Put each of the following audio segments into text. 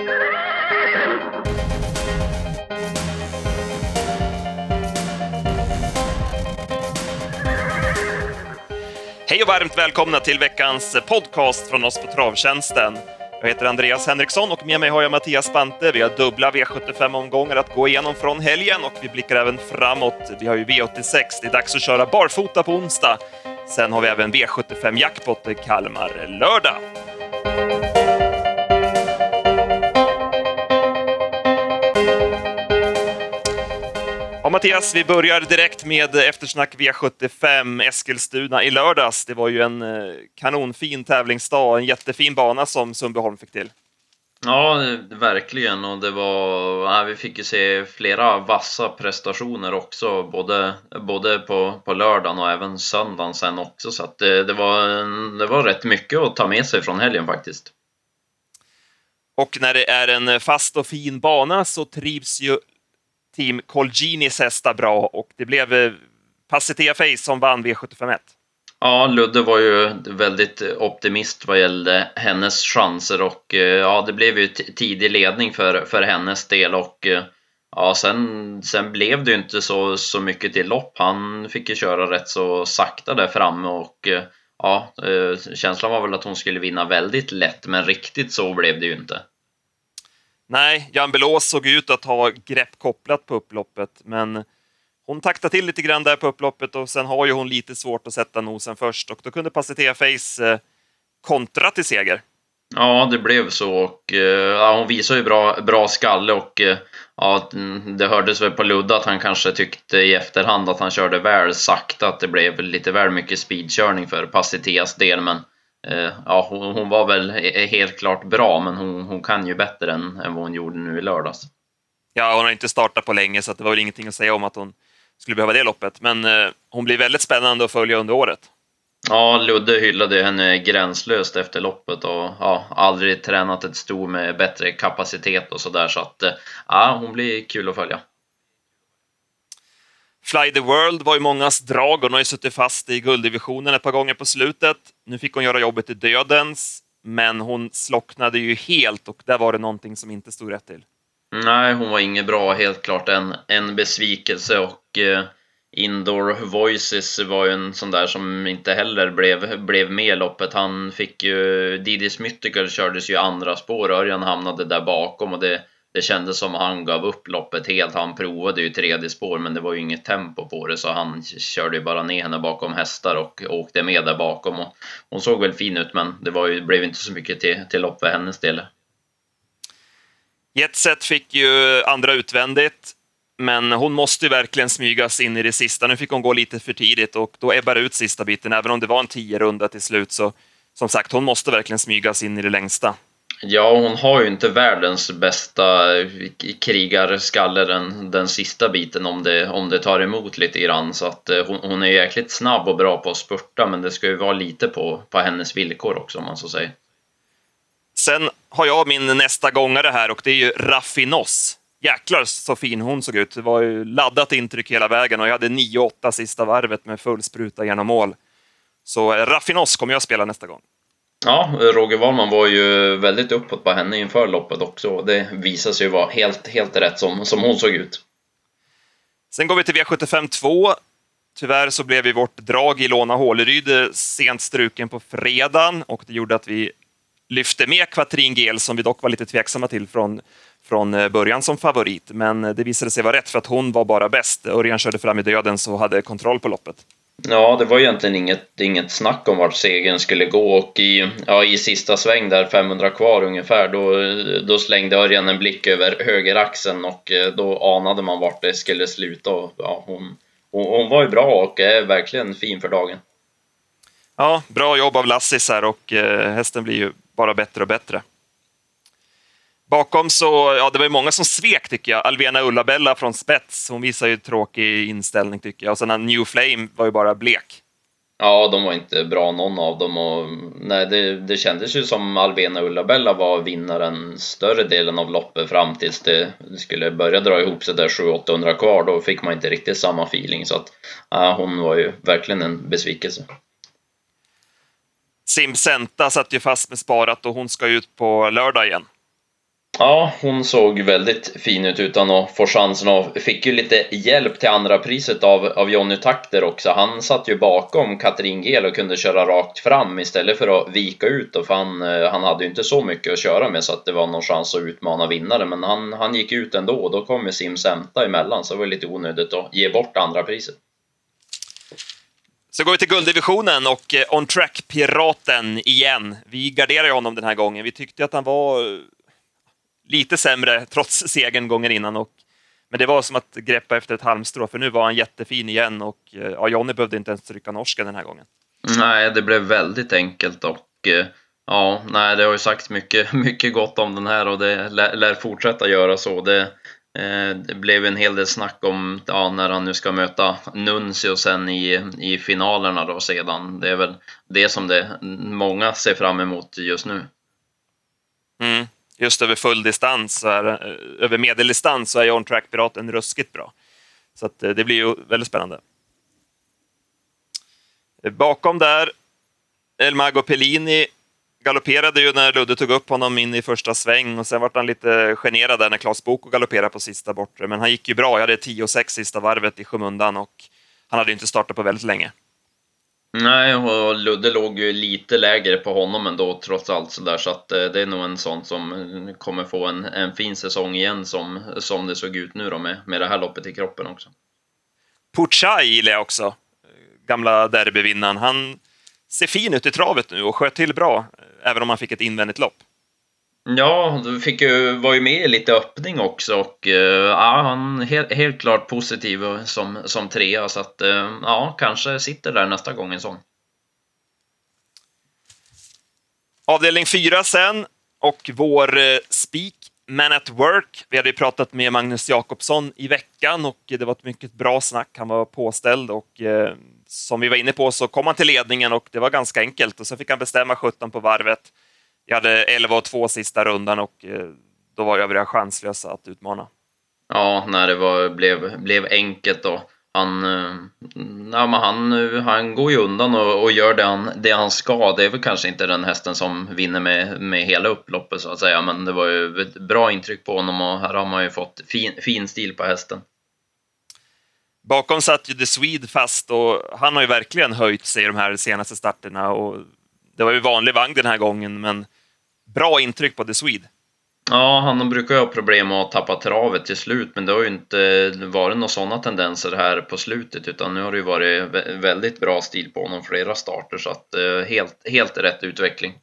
Hej och varmt välkomna till veckans podcast från oss på Travtjänsten. Jag heter Andreas Henriksson och med mig har jag Mattias Spante. Vi har dubbla V75-omgångar att gå igenom från helgen och vi blickar även framåt. Vi har ju V86, det är dags att köra barfota på onsdag. Sen har vi även V75-jackpot i Kalmar lördag. Ja, Mattias, vi börjar direkt med eftersnack V75 Eskilstuna i lördags. Det var ju en kanonfin tävlingsdag, en jättefin bana som Sundbyholm fick till. Ja, verkligen. Och det var, vi fick ju se flera vassa prestationer också, både på lördagen och även söndagen sen också. Så att det var rätt mycket att ta med sig från helgen faktiskt. Och när det är en fast och fin bana så trivs ju Team Colginis hästar bra och det blev Pacitea Face som vann V75-1. Ja, Ludde var ju väldigt optimist vad gällde hennes chanser och ja, det blev ju tidig ledning för hennes del och ja, sen blev det ju inte så mycket till lopp. Han fick ju köra rätt så sakta där framme och ja, känslan var väl att hon skulle vinna väldigt lätt, men riktigt så blev det ju inte. Nej, Jan Belås såg ut att ha grepp kopplat på upploppet, men hon taktade till lite grann där på upploppet och sen har ju hon lite svårt att sätta nosen först och då kunde Pacitea Face kontra till seger. Ja, det blev så och ja, hon visade ju bra skalle och ja, det hördes väl på Ludde att han kanske tyckte i efterhand att han körde väl sakta, att det blev lite väl mycket speedkörning för Pacitheas del, men ja, hon var väl helt klart bra, men hon kan ju bättre än vad hon gjorde nu i lördags. Ja, hon har inte startat på länge så att det var väl ingenting att säga om att hon skulle behöva det loppet, men hon blir väldigt spännande att följa under året. Ja, Ludde hyllade henne gränslöst efter loppet och ja, aldrig tränat ett sto med bättre kapacitet och sådär, så att ja, hon blir kul att följa. Fly the World var ju mångas drag och hon har ju suttit fast i gulddivisionen ett par gånger på slutet. Nu fick hon göra jobbet i dödens, men hon slocknade ju helt och där var det någonting som inte stod rätt till. Nej, hon var inget bra, helt klart en besvikelse och Indoor Voices var ju en sån där som inte heller blev med loppet. Han fick ju, Didis Mythical kördes ju andra spår, Örjan hamnade där bakom och det kändes som han gav upp loppet helt. Han provade ju tredje spår, men det var ju inget tempo på det, så han körde ju bara ner henne bakom hästar och åkte med där bakom. Och hon såg väl fin ut, men det blev inte så mycket till lopp för hennes del. Jetset fick ju andra utvändigt, men hon måste ju verkligen smygas in i det sista. Nu fick hon gå lite för tidigt och då ebbar ut sista biten, även om det var en 10-runda till slut. Så som sagt, hon måste verkligen smygas in i det längsta. Ja, hon har ju inte världens bästa krigarskalle den sista biten om det tar emot lite grann. Så att hon är jäkligt snabb och bra på att spurta, men det ska ju vara lite på hennes villkor också, om man så säger. Sen har jag min nästa gångare här och det är ju Raffinos. Jäklar så fin hon såg ut. Det var ju laddat intryck hela vägen och jag hade 9-8 sista varvet med full spruta genom mål. Så Raffinos kommer jag spela nästa gång. Ja, Roger Wahlman var ju väldigt uppåt på henne inför loppet också. Det visade sig ju vara helt rätt som hon såg ut. Sen går vi till V75 2. Tyvärr så blev vi vårt drag i Låna Håleryd sent struken på fredagen och det gjorde att vi lyfte med Quattrin Gel som vi dock var lite tveksamma till från början som favorit. Men det visade sig vara rätt för att hon var bara bäst. Örjan körde fram i döden så hade kontroll på loppet. Ja, det var egentligen inget snack om vart segern skulle gå och i sista sväng där 500 kvar ungefär då slängde Örjan en blick över högeraxeln och då anade man vart det skulle sluta och ja, hon var ju bra och är verkligen fin för dagen. Ja, bra jobb av Lassis här och hästen blir ju bara bättre och bättre. Bakom så, ja det var ju många som svek tycker jag. Alvena Ullabella från spets, hon visar ju tråkig inställning tycker jag. Och sen New Flame var ju bara blek. Ja, de var inte bra någon av dem och nej, det kändes ju som Alvena Ullabella var vinnaren större delen av loppet fram tills det skulle börja dra ihop sig där 700-800 kvar. Då fick man inte riktigt samma feeling så att hon var ju verkligen en besvikelse. Simsenta satt ju fast med sparat och hon ska ut på lördag igen. Ja, hon såg väldigt fin ut utan att få chansen och fick ju lite hjälp till andra priset av Jonny Takter också. Han satt ju bakom Katrin Gel och kunde köra rakt fram istället för att vika ut, och för han hade ju inte så mycket att köra med så att det var någon chans att utmana vinnare, men han gick ut ändå och då kom ju Sim Semta emellan, så det var lite onödigt att ge bort andra priset. Så går vi till gulddivisionen och On Track-piraten igen. Vi garderar ju honom den här gången. Vi tyckte att han var lite sämre trots segern gången innan. Men det var som att greppa efter ett halmstrå, för nu var han jättefin igen och Jonny behövde inte ens trycka norsken den här gången. Nej, det blev väldigt enkelt och ja, nej, det har ju sagt mycket gott om den här och det lär fortsätta göra så. Det blev en hel del snack om när han nu ska möta Nuncio sen i finalerna då sedan. Det är väl det som många ser fram emot just nu. Just över full distans, över medeldistans så är On Track-piraten ruskigt bra. Så att det blir ju väldigt spännande. Bakom där, El Mago Pellini galopperade ju när Ludde tog upp honom in i första sväng, och sen var han lite generad där när Claes Boko galopperade på sista bortre, men han gick ju bra. Jag hade 10-6 sista varvet i skymundan och han hade inte startat på väldigt länge. Nej, och Ludde låg ju lite lägre på honom ändå trots allt så där, så att det är nog en sån som kommer få en fin säsong igen som det såg ut nu då med det här loppet i kroppen också. Puchai gillar jag också, gamla derbyvinnaren. Han ser fin ut i travet nu och sköt till bra, även om han fick ett invändigt lopp. Ja, du var ju med i lite öppning också och han helt klart positiv som trea, så att kanske sitter där nästa gång en sån. Avdelning 4 sen, och vår speak Man at Work. Vi hade ju pratat med Magnus Jakobsson i veckan och det var ett mycket bra snack. Han var påställd och som vi var inne på så kom han till ledningen och det var ganska enkelt, och så fick han bestämma 17 på varvet. Jag hade 11-2 sista rundan och då var övriga chanslösa att utmana. Ja, när det blev enkelt då. Han går ju undan och gör det han ska. Det är väl kanske inte den hästen som vinner med hela upploppet så att säga, men det var ju ett bra intryck på honom och här har man ju fått fin stil på hästen. Bakom satt ju The Swede fast och han har ju verkligen höjt sig i de här senaste starterna, och det var ju vanlig vagn den här gången, men bra intryck på The Swede. Ja, han brukar ju ha problem med att tappa travet till slut, men det har ju inte varit några sådana tendenser här på slutet, utan nu har det ju varit väldigt bra stil på honom flera starter, så att helt rätt utveckling.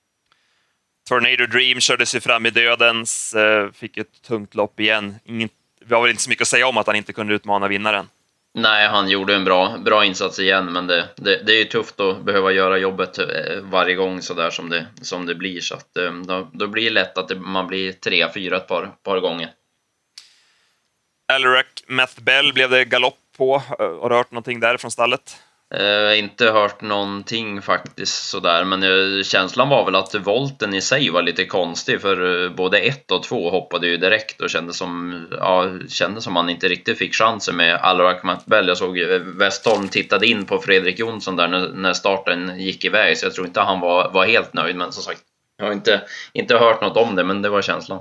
Tornado Dream körde sig fram i dödens, fick ett tungt lopp igen. Vi har väl inte så mycket att säga om att han inte kunde utmana vinnaren. Nej, han gjorde en bra insats igen, men det är ju tufft att behöva göra jobbet varje gång så där som det blir, så att då blir det lätt att man blir 3-4 ett par gånger. Alarac Meth Bell blev det galopp på. Har du hört någonting där från stallet? Inte hört någonting faktiskt sådär, men känslan var väl att volten i sig var lite konstig, för både 1 och 2 hoppade ju direkt och kändes som man inte riktigt fick chansen med Alarac Meth Bell. Jag såg Westholm tittade in på Fredrik Jonsson där när starten gick iväg, så jag tror inte han var helt nöjd, men som sagt, jag har inte hört något om det, men det var känslan.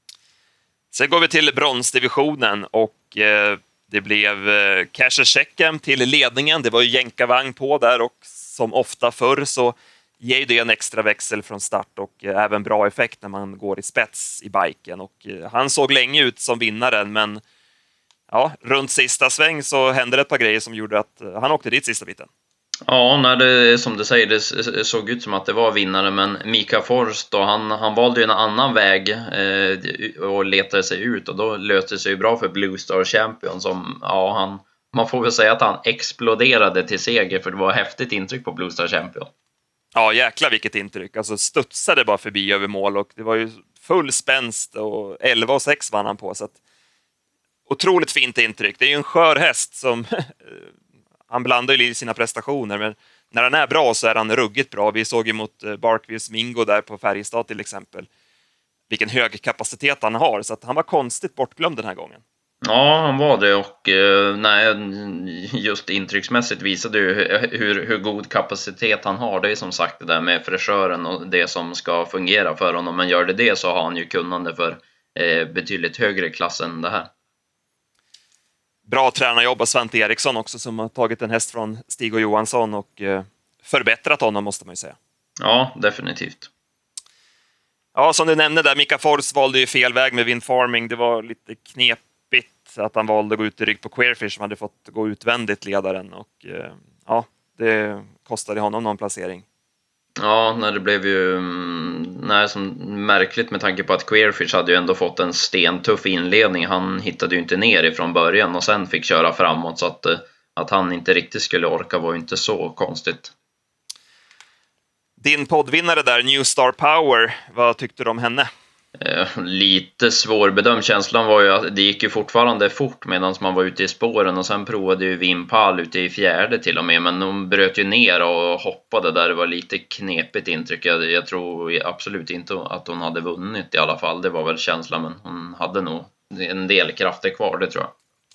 Sen går vi till bronsdivisionen och det blev Casher Checkham till ledningen. Det var ju jänkarvagn på där, och som ofta förr så ger det en extra växel från start och även bra effekt när man går i spets i biken. Och han såg länge ut som vinnaren, men runt sista sväng så hände det ett par grejer som gjorde att han åkte dit sista biten. Ja, när det som du säger, det såg ut som att det var vinnare, men Mika Forst då, han valde ju en annan väg och letade sig ut, och då löste det sig ju bra för Blue Star Champion som, man får väl säga att han exploderade till seger, för det var häftigt intryck på Blue Star Champion. Ja, jäkla vilket intryck. Alltså studsade bara förbi över mål och det var ju full spänst och 11-6 vann han på, så att otroligt fint intryck. Det är ju en skör häst som han blandar ju i sina prestationer, men när han är bra så är han ruggigt bra. Vi såg ju mot Barkviews Mingo där på Färjestad till exempel vilken hög kapacitet han har, så att han var konstigt bortglömd den här gången. Ja, han var det och nej, just intrycksmässigt visade ju hur god kapacitet han har. Det är som sagt det där med fräschören och det som ska fungera för honom. Men gör det så har han ju kunnande för betydligt högre klass än det här. Bra tränarjobb av Svante Eriksson också, som har tagit en häst från Stig och Johansson och förbättrat honom, måste man ju säga. Ja, definitivt. Ja, som du nämnde där, Mika Fors valde ju fel väg med Wind Farming. Det var lite knepigt att han valde att gå ut i rygg på Queerfish, som hade fått gå utvändigt, ledaren. Och ja, det kostade honom någon placering. Ja, när det blev ju som märkligt med tanke på att Queerfish hade ju ändå fått en stentuff inledning. Han hittade ju inte ner ifrån början och sen fick köra framåt, så att han inte riktigt skulle orka var ju inte så konstigt. Din poddvinnare där, New Star Power, vad tyckte du om henne? Lite svårbedömd. Känslan var ju att det gick ju fortfarande fort medan man var ute i spåren, och sen provade ju Vimpal ute i fjärde till och med, men hon bröt ju ner och hoppade där. Det var lite knepigt intryck. Jag tror absolut inte att hon hade vunnit i alla fall. Det var väl känslan, men hon hade nog en del krafter kvar, det tror jag.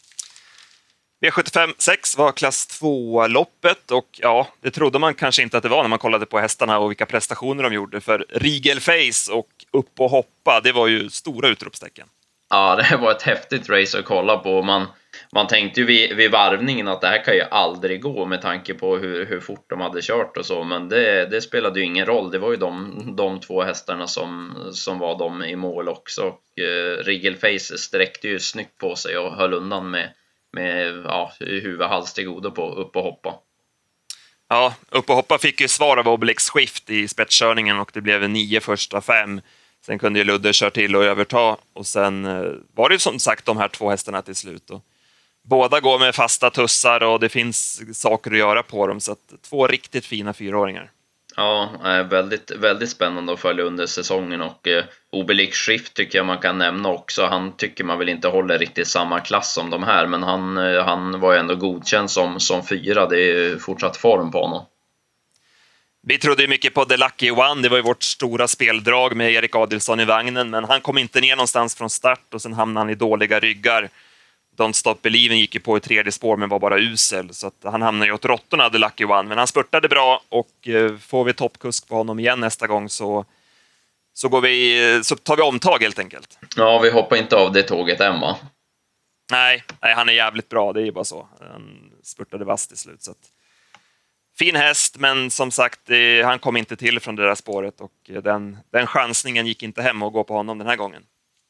V75-6 var klass 2-loppet och ja, det trodde man kanske inte att det var när man kollade på hästarna och vilka prestationer de gjorde. För Regal Face och Upp och hoppa, det var ju stora utropstecken. Ja, det var ett häftigt race att kolla på. Man tänkte ju vid varvningen att det här kan ju aldrig gå med tanke på hur fort de hade kört och så. Men det spelade ju ingen roll. Det var ju de två hästarna som var de i mål också. Och Regal Face sträckte ju snyggt på sig och höll undan med huvud och hals till godo på Upp och hoppa. Ja, Upp och hoppa fick ju svar av Obelix skift i spetskörningen och det blev 9 första 5. Sen kunde ju Ludde köra till och överta och sen var det ju som sagt de här två hästarna till slut. Och båda går med fasta tussar och det finns saker att göra på dem, så att 2 riktigt fina 4-åringar. Ja, väldigt, väldigt spännande att följa under säsongen, och Obelix Skift tycker jag man kan nämna också. Han tycker man väl inte håller riktigt samma klass som de här, men han var ju ändå godkänd som 4. Det är fortsatt form på honom. Vi trodde ju mycket på The Lucky One, det var ju vårt stora speldrag med Erik Adilsson i vagnen, men han kom inte ner någonstans från start och sen hamnade han i dåliga ryggar. Don't Stop Believing gick ju på i tredje spår men var bara usel, så att han hamnade ju åt råttorna, The Lucky One. Men han spurtade bra och får vi toppkusk på honom igen nästa gång så tar vi omtag helt enkelt. Ja, vi hoppar inte av det tåget än, va? Nej, han är jävligt bra, det är ju bara så. Han spurtade vass till slut. Så att fin häst, men som sagt, han kom inte till från det där spåret och den chansningen gick inte hem att gå på honom den här gången.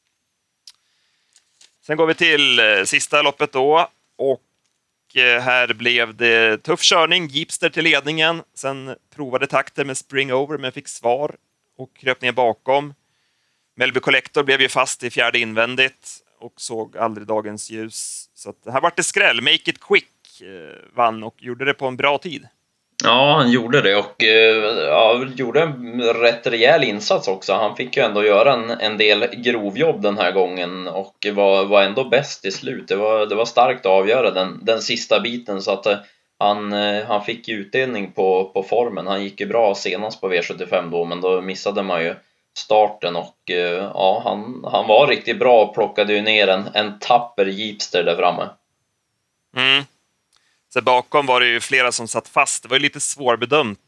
Sen går vi till sista loppet då och här blev det tuff körning, Jeepster till ledningen. Sen provade takter med Spring Over men fick svar och kröp ner bakom. Melby Collector blev ju fast i fjärde invändigt och såg aldrig dagens ljus. Så att här var det skräll. Make It Quick vann och gjorde det på en bra tid. Ja, han gjorde det och gjorde en rätt rejäl insats också. Han fick ju ändå göra en del grovjobb den här gången och var ändå bäst i slut. Det var starkt att avgöra den sista biten, så att han fick utdelning på formen. Han gick ju bra senast på V75 då, men då missade man ju starten och han var riktigt bra och plockade ju ner en tapper Jeepster där framme. Mm. Så bakom var det ju flera som satt fast. Det var ju lite svårbedömt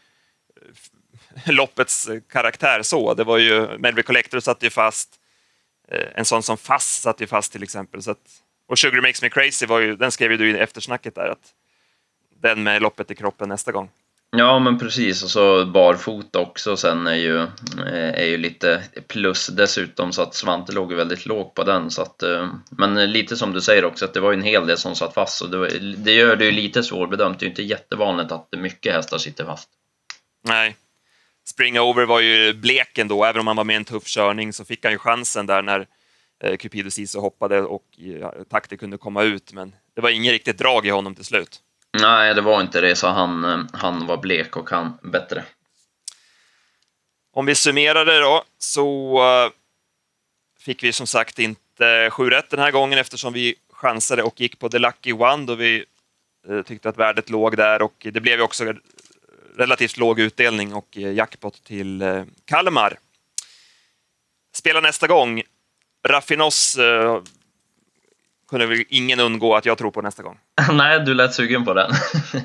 loppets karaktär så. Det var ju Melby Collector satt ju fast. En sån som Fast satt ju fast till exempel. Så att, och Sugar Makes Me Crazy den skrev ju du i eftersnacket där, att den med loppet i kroppen nästa gång. Ja, men precis, och så barfota också sen är ju lite plus dessutom, så att Svante låg väldigt lågt på den, så att, men lite som du säger också att det var en hel del som satt fast, och det gör det ju lite svårbedömt. Det är ju inte jättevanligt att mycket hästar sitter fast. Nej, Spring Over var ju blek ändå, även om han var med en tuff körning så fick han ju chansen där när Cupido Siso hoppade och takter kunde komma ut, men det var ingen riktigt drag i honom till slut. Nej, det var inte det, så han var blek och han bättre. Om vi summerar det då, så fick vi som sagt inte 7 rätt den här gången eftersom vi chansade och gick på The Lucky One då vi tyckte att värdet låg där, och det blev ju också relativt låg utdelning och jackpot till Kalmar. Spela nästa gång. Raffinos kunde väl ingen undgå att jag tror på nästa gång. Nej, du lät sugen på den.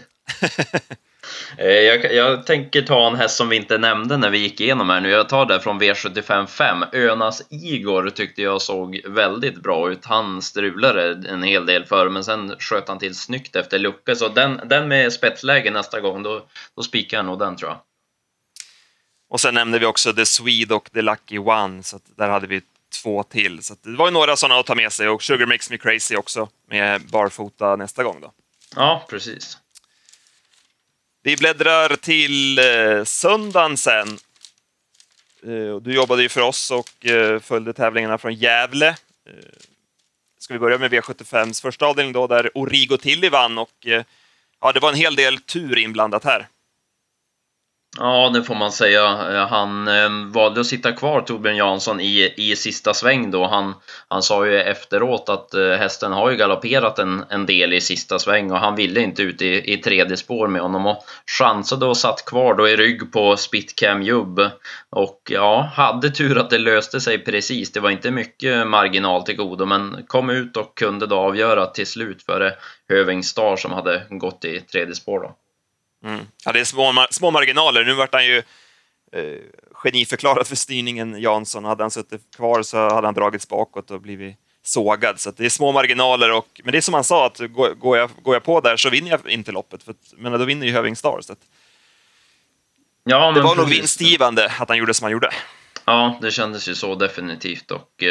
Jag tänker ta en häst som vi inte nämnde när vi gick igenom här nu. Jag tar det från V75-5. Önas Igor tyckte jag såg väldigt bra ut. Han strulade en hel del för, men sen sköt han till snyggt efter lucka. Så den med spetsläge nästa gång, då spikar jag nog den, tror jag. Och sen nämnde vi också The Swede och The Lucky One, så att där hade vi 2 till. Så att det var ju några sådana att ta med sig, och Sugar Makes Me Crazy också med barfota nästa gång då. Ja, precis. Vi bläddrar till söndagen sen. Du jobbade ju för oss och följde tävlingarna från Gävle. Ska vi börja med V75s första avdelning då, där Origo Tilly vann, och ja, det var en hel del tur inblandat här. Ja, det får man säga. Han valde att sitta kvar, Torbjörn Jansson, i sista sväng då. Han sa ju efteråt att hästen har ju galopperat en del i sista sväng, och han ville inte ut i tredje spår med honom, och chansade och satt kvar då i rygg på Spitcam Jubb. Och ja, hade tur att det löste sig precis. Det var inte mycket marginal till godo, men kom ut och kunde då avgöra till slut före Höving Star som hade gått i tredje spår då. Ja, det är små marginaler. Nu vart han ju geniförklarad för styrningen, Jansson. Hade han suttit kvar så hade han dragits bakåt och blivit sågad. Så att det är små marginaler. Men det är som han sa, att går jag på där så vinner jag inte loppet. Men då vinner ju Höving Star. Så att ja, det var nog vinstgivande att han gjorde som han gjorde. Ja, det kändes ju så definitivt. Och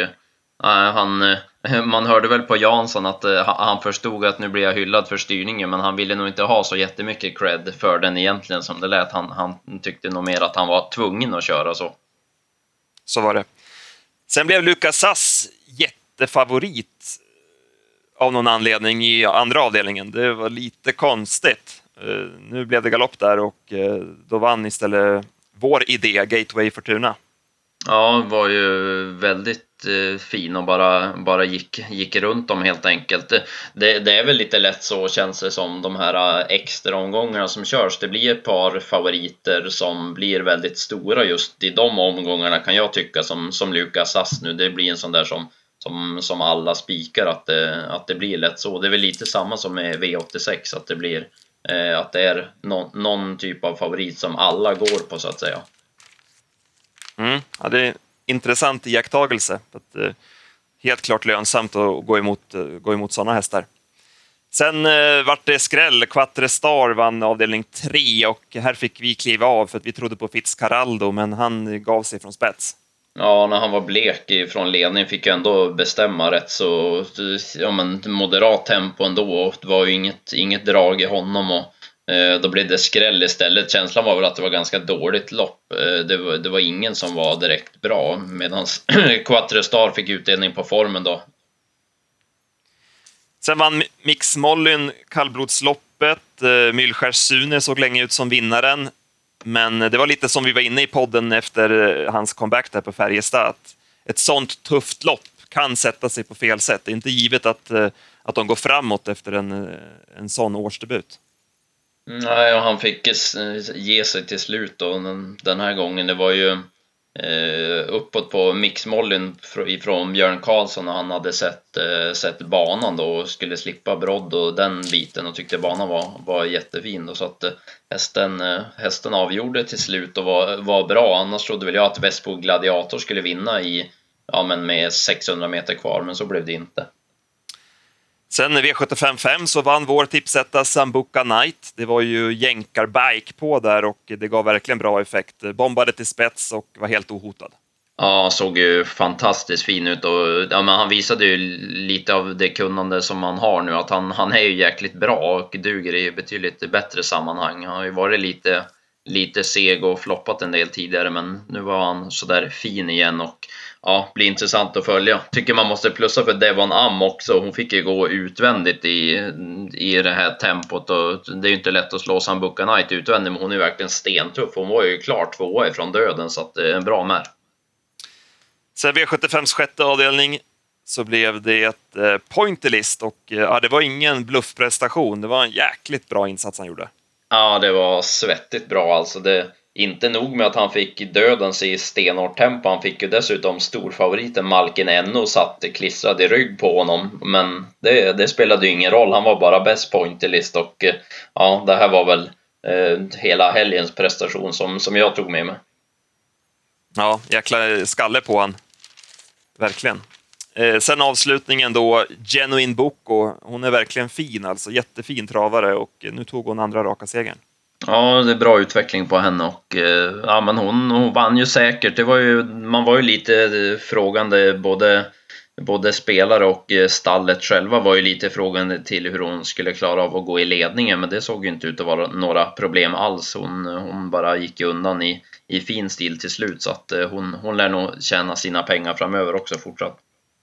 man hörde väl på Jansson att han förstod att nu blir jag hyllad för styrningen, men han ville nog inte ha så jättemycket cred för den egentligen som det lät. Han tyckte nog mer att han var tvungen att köra så. Så var det. Sen blev Lukas Sass jättefavorit av någon anledning i andra avdelningen. Det var lite konstigt. Nu blev det galopp där, och då vann istället vår idé, Gateway Fortuna. Ja, var ju väldigt fin och bara gick runt om helt enkelt. Det är väl lite lätt så, känns det som, de här extra omgångarna som körs. Det blir ett par favoriter som blir väldigt stora just i de omgångarna, kan jag tycka, som Lukas Sass nu. Det blir en sån där som alla spikar, att det blir lätt så. Det är väl lite samma som med V86, att det blir att det är någon typ av favorit som alla går på, så att säga. Ja, det är intressant iakttagelse. Helt klart lönsamt att gå emot sådana hästar. Sen vart det skräll. Quattro Star vann avdelning 3, och här fick vi kliva av för att vi trodde på Fitzcarraldo, men han gav sig från spets. Ja, när han var blek från ledning fick jag ändå bestämma rätt så moderat tempo ändå, och det var ju inget drag i honom, och då blev det skräll istället. Känslan var väl att det var ganska dåligt lopp. Det var ingen som var direkt bra, medan Quattro Star fick utdelning på formen då. Sen vann Mix Mollyn kallblodsloppet. Mühlskärs Sune såg länge ut som vinnaren, men det var lite som vi var inne i podden efter hans comeback där på Färjestad. Ett sånt tufft lopp kan sätta sig på fel sätt. Det är inte givet att de går framåt efter en sån årsdebut. Nej, och han fick ge sig till slut då, den här gången. Det var ju uppåt på Mix Mollyn ifrån Björn Karlsson, och han hade sett banan då och skulle slippa brodd och den biten, och tyckte banan var jättefin då, så att hästen avgjorde till slut och var bra. Annars trodde väl jag att Vespo Gladiator skulle vinna med 600 meter kvar, men så blev det inte. Sen V75-5 så vann vår tipsetta Sambuca Night. Det var ju jänkarbike på där, och det gav verkligen bra effekt. Bombade till spets och var helt ohotad. Ja, såg ju fantastiskt fin ut, och men han visade ju lite av det kunnande som han har nu, att han är ju jäkligt bra och duger i betydligt bättre sammanhang. Han har ju varit lite seg och floppat en del tidigare, men nu var han så där fin igen, och ja, blir intressant att följa. Tycker man måste plussa för Devon Am också. Hon fick ju gå utvändigt i det här tempot, och det är ju inte lätt att slå Sambuca Night utvändigt, men hon är verkligen stentuff. Hon var ju klart 2 ifrån döden, så att det är en bra mär. Sen V75s sjätte avdelning så blev det ett pointerlist, och det var ingen bluffprestation. Det var en jäkligt bra insats han gjorde. Ja, det var svettigt bra alltså. inte nog med att han fick dödens i stenhårt tempo, han fick ju dessutom storfavoriten Malkin Enno satt klistrad i rygg på honom. Men det spelade ju ingen roll, han var bara bäst pointillist. Och ja, det här var väl hela helgens prestation som jag tog med mig. Ja, jäkla skalle på han. Verkligen. Sen avslutningen då, Genuine Boko. Hon är verkligen fin, alltså jättefin travare, och nu tog hon andra raka segern. Ja, det är bra utveckling på henne, och ja, men hon vann ju säkert. Man var ju lite frågande, både spelare och stallet själva var ju lite frågande till hur hon skulle klara av att gå i ledningen, men det såg ju inte ut att vara några problem alls. Hon bara gick undan i fin stil till slut, så att hon lär nog tjäna sina pengar framöver också fortsatt.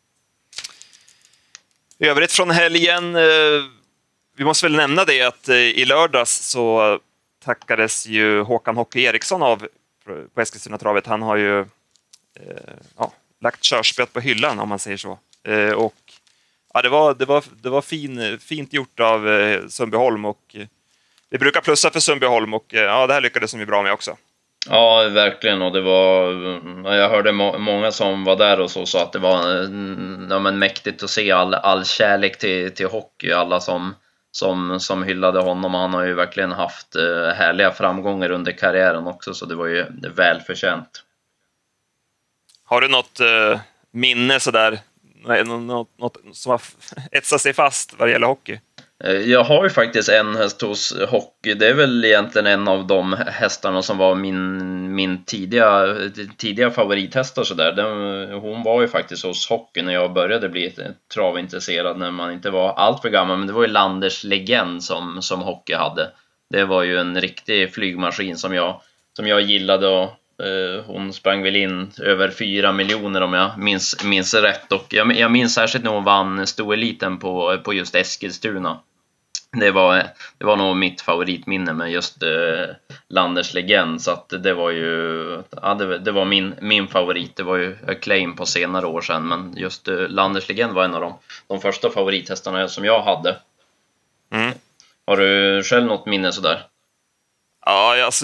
I övrigt från helgen, vi måste väl nämna det att i lördags så tackades ju Håkan Hockey Eriksson av på Eskilstuna-travet. Han har ju lagt körspöt på hyllan, om man säger så. Och ja, det var fint gjort av Sundbyholm, och vi brukar plussa för Sundbyholm, och ja, det här lyckades de ju bra med också. Ja, verkligen, och det var, jag hörde många som var där och så sa att det var mäktigt att se all kärlek till hockey, alla som hyllade honom. Han har ju verkligen haft härliga framgångar under karriären också, så det var ju välförtjänt. Har du något minne sådär, något som har etsat sig fast vad det gäller hockey? Jag har ju faktiskt en häst hos hockey. Det är väl egentligen en av de hästarna som var min tidiga favorithästar sådär. Hon var ju faktiskt hos hockey när jag började bli travintresserad, när man inte var allt för gammal. Men det var ju Landers Legend som hockey hade. Det var ju en riktig flygmaskin som jag gillade, och hon sprang väl in över 4 miljoner om jag minns rätt. Och jag minns särskilt när hon vann stoeliten på just Eskilstuna. Det var nog mitt favoritminne med just Landers Legend, så att det var ju det var min favorit. Det var ju Acclaim på senare år sedan, men just Landers Legend var en av de första favorithästarna som jag hade. Mm. Har du själv något minne sådär? Ja, alltså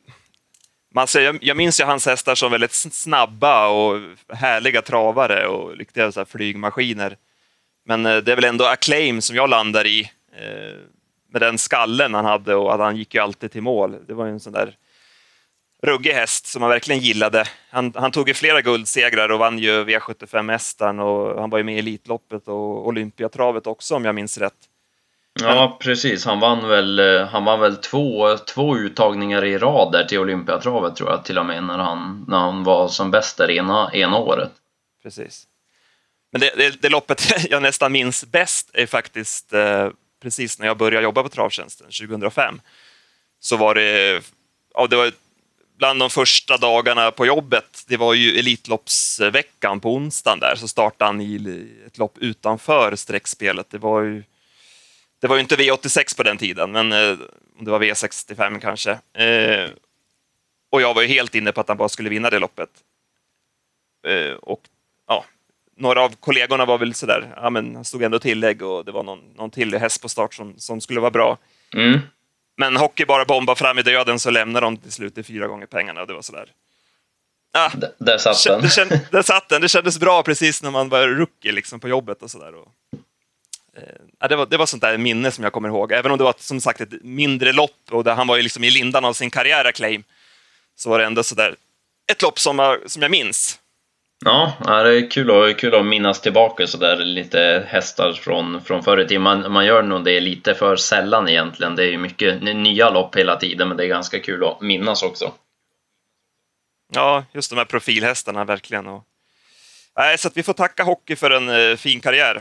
jag minns ju hans hästar som väldigt snabba och härliga travare och riktiga så här flygmaskiner. Men det är väl ändå Acclaim som jag landar i, med den skallen han hade, och att han gick ju alltid till mål. Det var ju en sån där ruggig häst som man verkligen gillade. Han tog ju flera guldsegrar och vann ju V75-mästaren, och han var ju med i Elitloppet och Olympiatravet också, om jag minns rätt. Ja, precis. Han vann väl två uttagningar i rad där till Olympiatravet, tror jag, till och med, när han var som bäst där ena året. Precis. Men det loppet jag nästan minns bäst är faktiskt precis när jag började jobba på Travtjänsten 2005. Så var det var bland de första dagarna på jobbet. Det var ju Elitloppsveckan på onsdagen där, så startade han i ett lopp utanför streckspelet. Det var ju inte V86 på den tiden, men det var V65 kanske. Och jag var ju helt inne på att han bara skulle vinna det loppet. Och ja, några av kollegorna var väl sådär, ja, men han stod ändå tillägg, och det var någon till häst på start som skulle vara bra. Mm. Men hockey bara bomba fram i döden, så lämnar de till slut 4 gånger pengarna, och det var sådär. Ah, där satt den. Där satt den. Det kändes bra precis när man var rookie liksom, på jobbet och sådär. Det var sånt där minne som jag kommer ihåg. Även om det var som sagt ett mindre lopp, och där han var ju liksom i lindan av sin karriär, Acclaim, så var det ändå sådär ett lopp som jag minns. Ja, det är kul att minnas tillbaka så där lite hästar från förr i tiden. Man gör nog det lite för sällan egentligen. Det är ju mycket nya lopp hela tiden, men det är ganska kul att minnas också. Ja, just de här profilhästarna verkligen. Så att vi får tacka hockey för en fin karriär.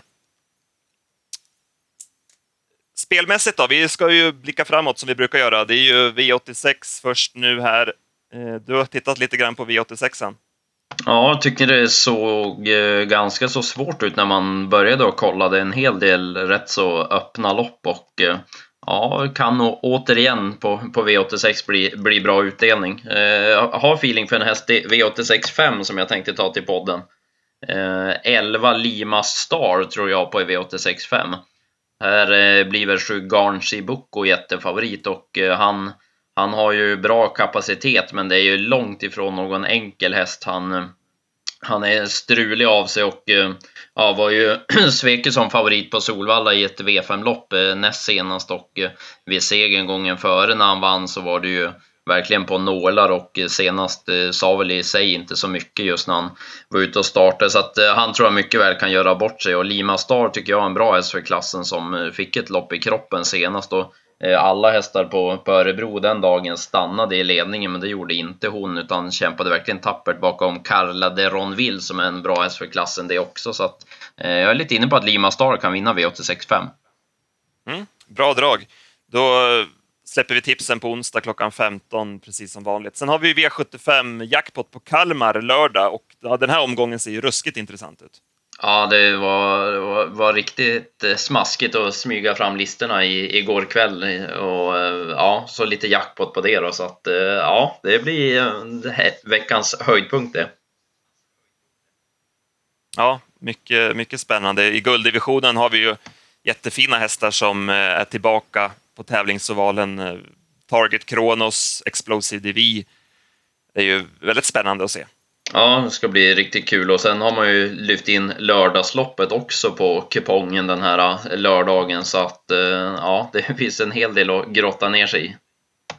Spelmässigt då, vi ska ju blicka framåt som vi brukar göra. Det är ju V86 först nu här. Du har tittat lite grann på V86an. Ja, jag tycker det såg ganska så svårt ut när man började och kollade. En hel del rätt så öppna lopp, och ja, kan nog återigen på V86 bli bra utdelning. Jag har feeling för en häst V86 5 som jag tänkte ta till podden. 11 Lima Star tror jag på V86 5. Här blir väl 7 Garncy Bucco jättefavorit, och han Han har ju bra kapacitet, men det är ju långt ifrån någon enkel häst. Han är strulig av sig och ja, var ju Sveke som favorit på Solvalla i ett V5-lopp näst senast, och vid segern gången före när han vann så var det ju verkligen på nålar, och senast sa väl i sig inte så mycket just när han var ute och startade, så att han tror jag mycket väl kan göra bort sig. Och Lima Star tycker jag är en bra häst för klassen som fick ett lopp i kroppen senast, och alla hästar på Örebro den dagen stannade i ledningen, men det gjorde inte hon, utan kämpade verkligen tappert bakom Carla de Ronville som är en bra häst för klassen det också. Så att jag är lite inne på att Lima Star kan vinna V86.5. Bra drag. Då släpper vi tipsen på onsdag klockan 15 precis som vanligt. Sen har vi V75 jackpot på Kalmar lördag, och den här omgången ser ju ruskigt intressant ut. Ja, det var riktigt smaskigt att smyga fram listorna igår kväll, och ja, så lite jackpot på det då, så att ja, det blir veckans höjdpunkt det. Ja, mycket spännande. I gulddivisionen har vi ju jättefina hästar som är tillbaka på tävlingsovalen. Target Kronos, Explosive DV. Det är ju väldigt spännande att se. Ja, det ska bli riktigt kul, och sen har man ju lyft in lördagsloppet också på kupongen den här lördagen, så att ja, det finns en hel del att grotta ner sig i.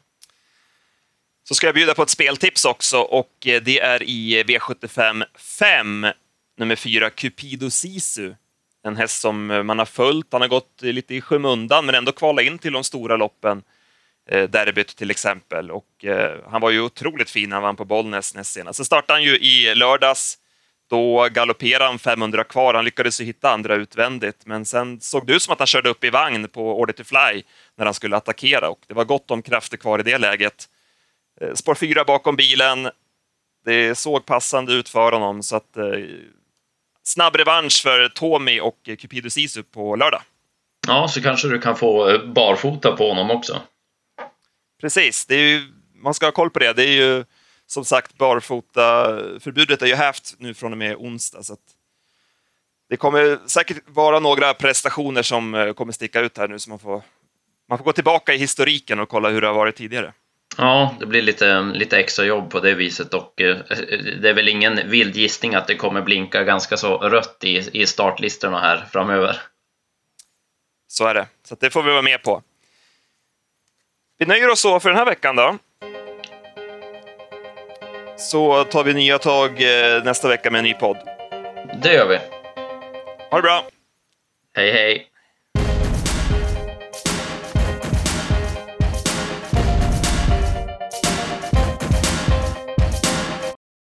Så ska jag bjuda på ett speltips också, och det är i V75 5, nummer 4, Cupido Sisu. En häst som man har följt, han har gått lite i skymundan men ändå kvala in till de stora loppen, derbyt till exempel, och han var ju otroligt fin när han vann på Bollnäs näst senast. Så startade han ju i lördags, då galopperade han 500 kvar, han lyckades ju hitta andra utvändigt, men sen såg det ut som att han körde upp i vagn på Order to Fly när han skulle attackera, och det var gott om krafter kvar i det läget. Spår 4 bakom bilen, det såg passande ut för honom, så att snabb revansch för Tommy och Cupido Sisu på lördag. Ja, så kanske du kan få barfota på honom också. Precis, det är ju, man ska ha koll på det. Det är ju som sagt barfota. Förbudet är ju hävt nu från och med onsdag, så att det kommer säkert vara några prestationer som kommer sticka ut här nu, så man får gå tillbaka i historiken och kolla hur det har varit tidigare. Ja, det blir lite extra jobb på det viset, och det är väl ingen vild gissning att det kommer blinka ganska så rött i startlistorna här framöver. Så är det, så att det får vi vara med på. Vi nöjer oss så för den här veckan då. Så tar vi nya tag nästa vecka med en ny podd. Det gör vi. Ha det bra! Hej hej!